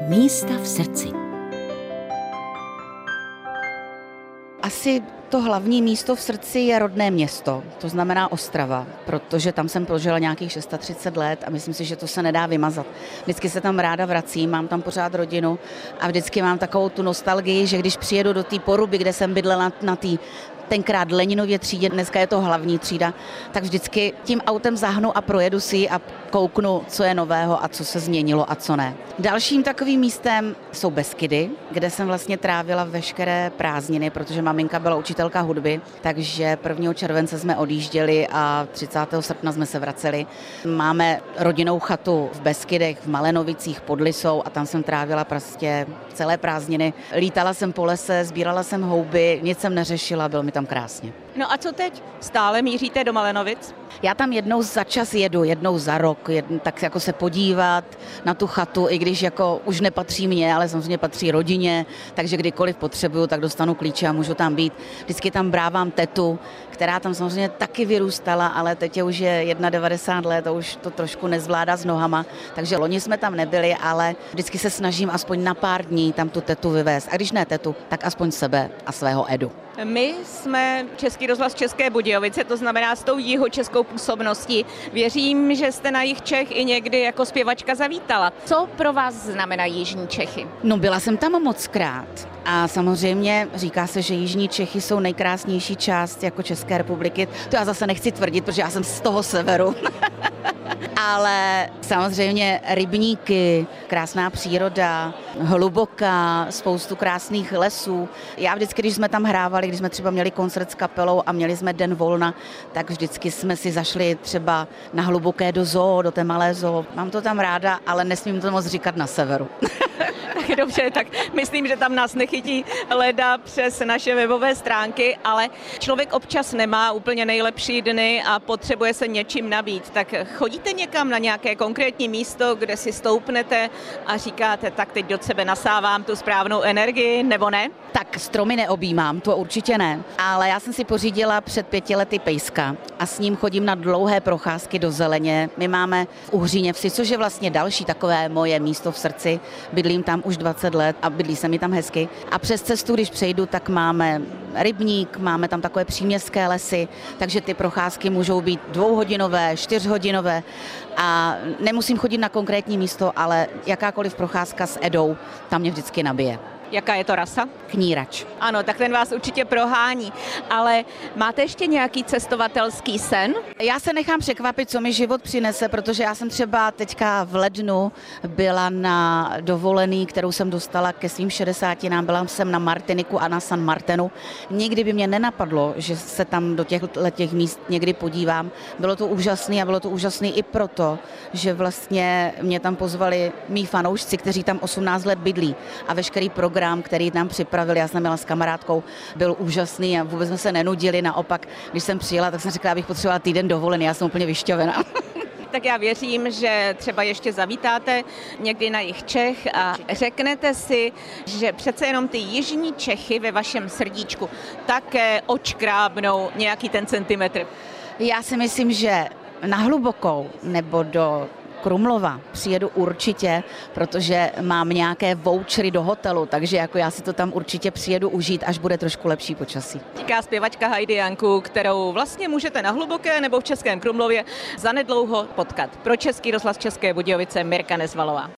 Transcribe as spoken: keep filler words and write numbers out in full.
Místa v srdci. Asi to hlavní místo v srdci je rodné město, to znamená Ostrava, protože tam jsem prožila nějakých třicet šest let a myslím si, že to se nedá vymazat. Vždycky se tam ráda vracím, mám tam pořád rodinu a vždycky mám takovou tu nostalgii, že když přijedu do té Poruby, kde jsem bydlela na té tenkrát Leninově třídě, dneska je to hlavní třída, tak vždycky tím autem zahnu a projedu si a kouknu, co je nového a co se změnilo a co ne. Dalším takovým místem jsou Beskydy, kde jsem vlastně trávila veškeré prázdniny, protože maminka byla učitelka hudby, takže prvního července jsme odjížděli a třicátého srpna jsme se vraceli. Máme rodinnou chatu v Beskydech, v Malenovicích pod Lisou a tam jsem trávila prostě celé prázdniny. Lítala jsem po lese, sbírala jsem houby, nic jsem neřešila, bylo mi tam krásně. No a co teď? Stále míříte do Malenovic? Já tam jednou za čas jedu, jednou za rok, jedn, tak jako se podívat na tu chatu, i když jako už nepatří mně, ale samozřejmě patří rodině, takže kdykoliv potřebuju, tak dostanu klíče a můžu tam být. Vždycky tam brávám tetu, která tam samozřejmě taky vyrůstala, ale teď je už je devadesát jedna let a už to trošku nezvládá s nohama, takže loni jsme tam nebyli, ale vždycky se snažím aspoň na pár dní tam tu tetu vyvést. A když ne tetu, tak aspoň sebe a svého Edu. My jsme Český rozhlas České Budějovice, to znamená s tou jihočeskou působností. Věřím, že jste na jih Čech i někdy jako zpěvačka zavítala. Co pro vás znamenají jižní Čechy? No byla jsem tam mockrát. A samozřejmě říká se, že jižní Čechy jsou nejkrásnější část jako České republiky. To já zase nechci tvrdit, protože já jsem z toho severu. Ale samozřejmě rybníky, krásná příroda, hluboká, spoustu krásných lesů. Já vždycky, když jsme tam hrávali, když jsme třeba měli koncert s kapelou a měli jsme den volna, tak vždycky jsme si zašli třeba na hluboké do zoo, do té malé zoo. Mám to tam ráda, ale nesmím to moc říkat na severu. Tak dobře, tak myslím, že tam nás nechytí leda přes naše webové stránky, ale člověk občas nemá úplně nejlepší dny a potřebuje se něčím nabít. Tak chodíte někam na nějaké konkrétní místo, kde si stoupnete a říkáte, tak teď do sebe nasávám tu správnou energii, nebo ne? Tak stromy neobjímám, to určitě ne, ale já jsem si pořídila před pěti lety pejska a s ním chodím na dlouhé procházky do zeleně. My máme v Uhříně vsi, což je vlastně další takové moje místo v srdci. Bydlím tam už dvacet let a bydlí se mi tam hezky. A přes cestu, když přejdu, tak máme rybník, máme tam takové příměstské lesy, takže ty procházky můžou být dvouhodinové, čtyřhodinové a nemusím chodit na konkrétní místo, ale jakákoliv procházka s Edou tam mě vždycky nabije. Jaká je to rasa? Knírač. Ano, tak ten vás určitě prohání. Ale máte ještě nějaký cestovatelský sen? Já se nechám překvapit, co mi život přinese, protože já jsem třeba teďka v lednu byla na dovolený, kterou jsem dostala ke svým šedesátinám. Byla jsem na Martiniku a na San Martinu. Nikdy by mě nenapadlo, že se tam do těchto těch míst někdy podívám. Bylo to úžasný a bylo to úžasný i proto, že vlastně mě tam pozvali mý fanoušci, kteří tam osmnáct let bydlí a veškerý program, který nám připravili, já jsem měla s kamarádkou, byl úžasný a vůbec jsme se nenudili, naopak, když jsem přijela, tak jsem řekla, abych potřebovala týden dovolený, já jsem úplně vyšťavená. Tak já věřím, že třeba ještě zavítáte někdy na jih Čech a řeknete si, že přece jenom ty jižní Čechy ve vašem srdíčku také očkrábnou nějaký ten centimetr. Já si myslím, že na Hlubokou nebo do Krumlova přijedu určitě, protože mám nějaké vouchery do hotelu, takže jako já si to tam určitě přijedu užít, až bude trošku lepší počasí. Říká zpěvačka Heidi Janku, kterou vlastně můžete na Hluboké nebo v Českém Krumlově zanedlouho potkat. Pro Český rozhlas České Budějovice Mirka Nezvalová.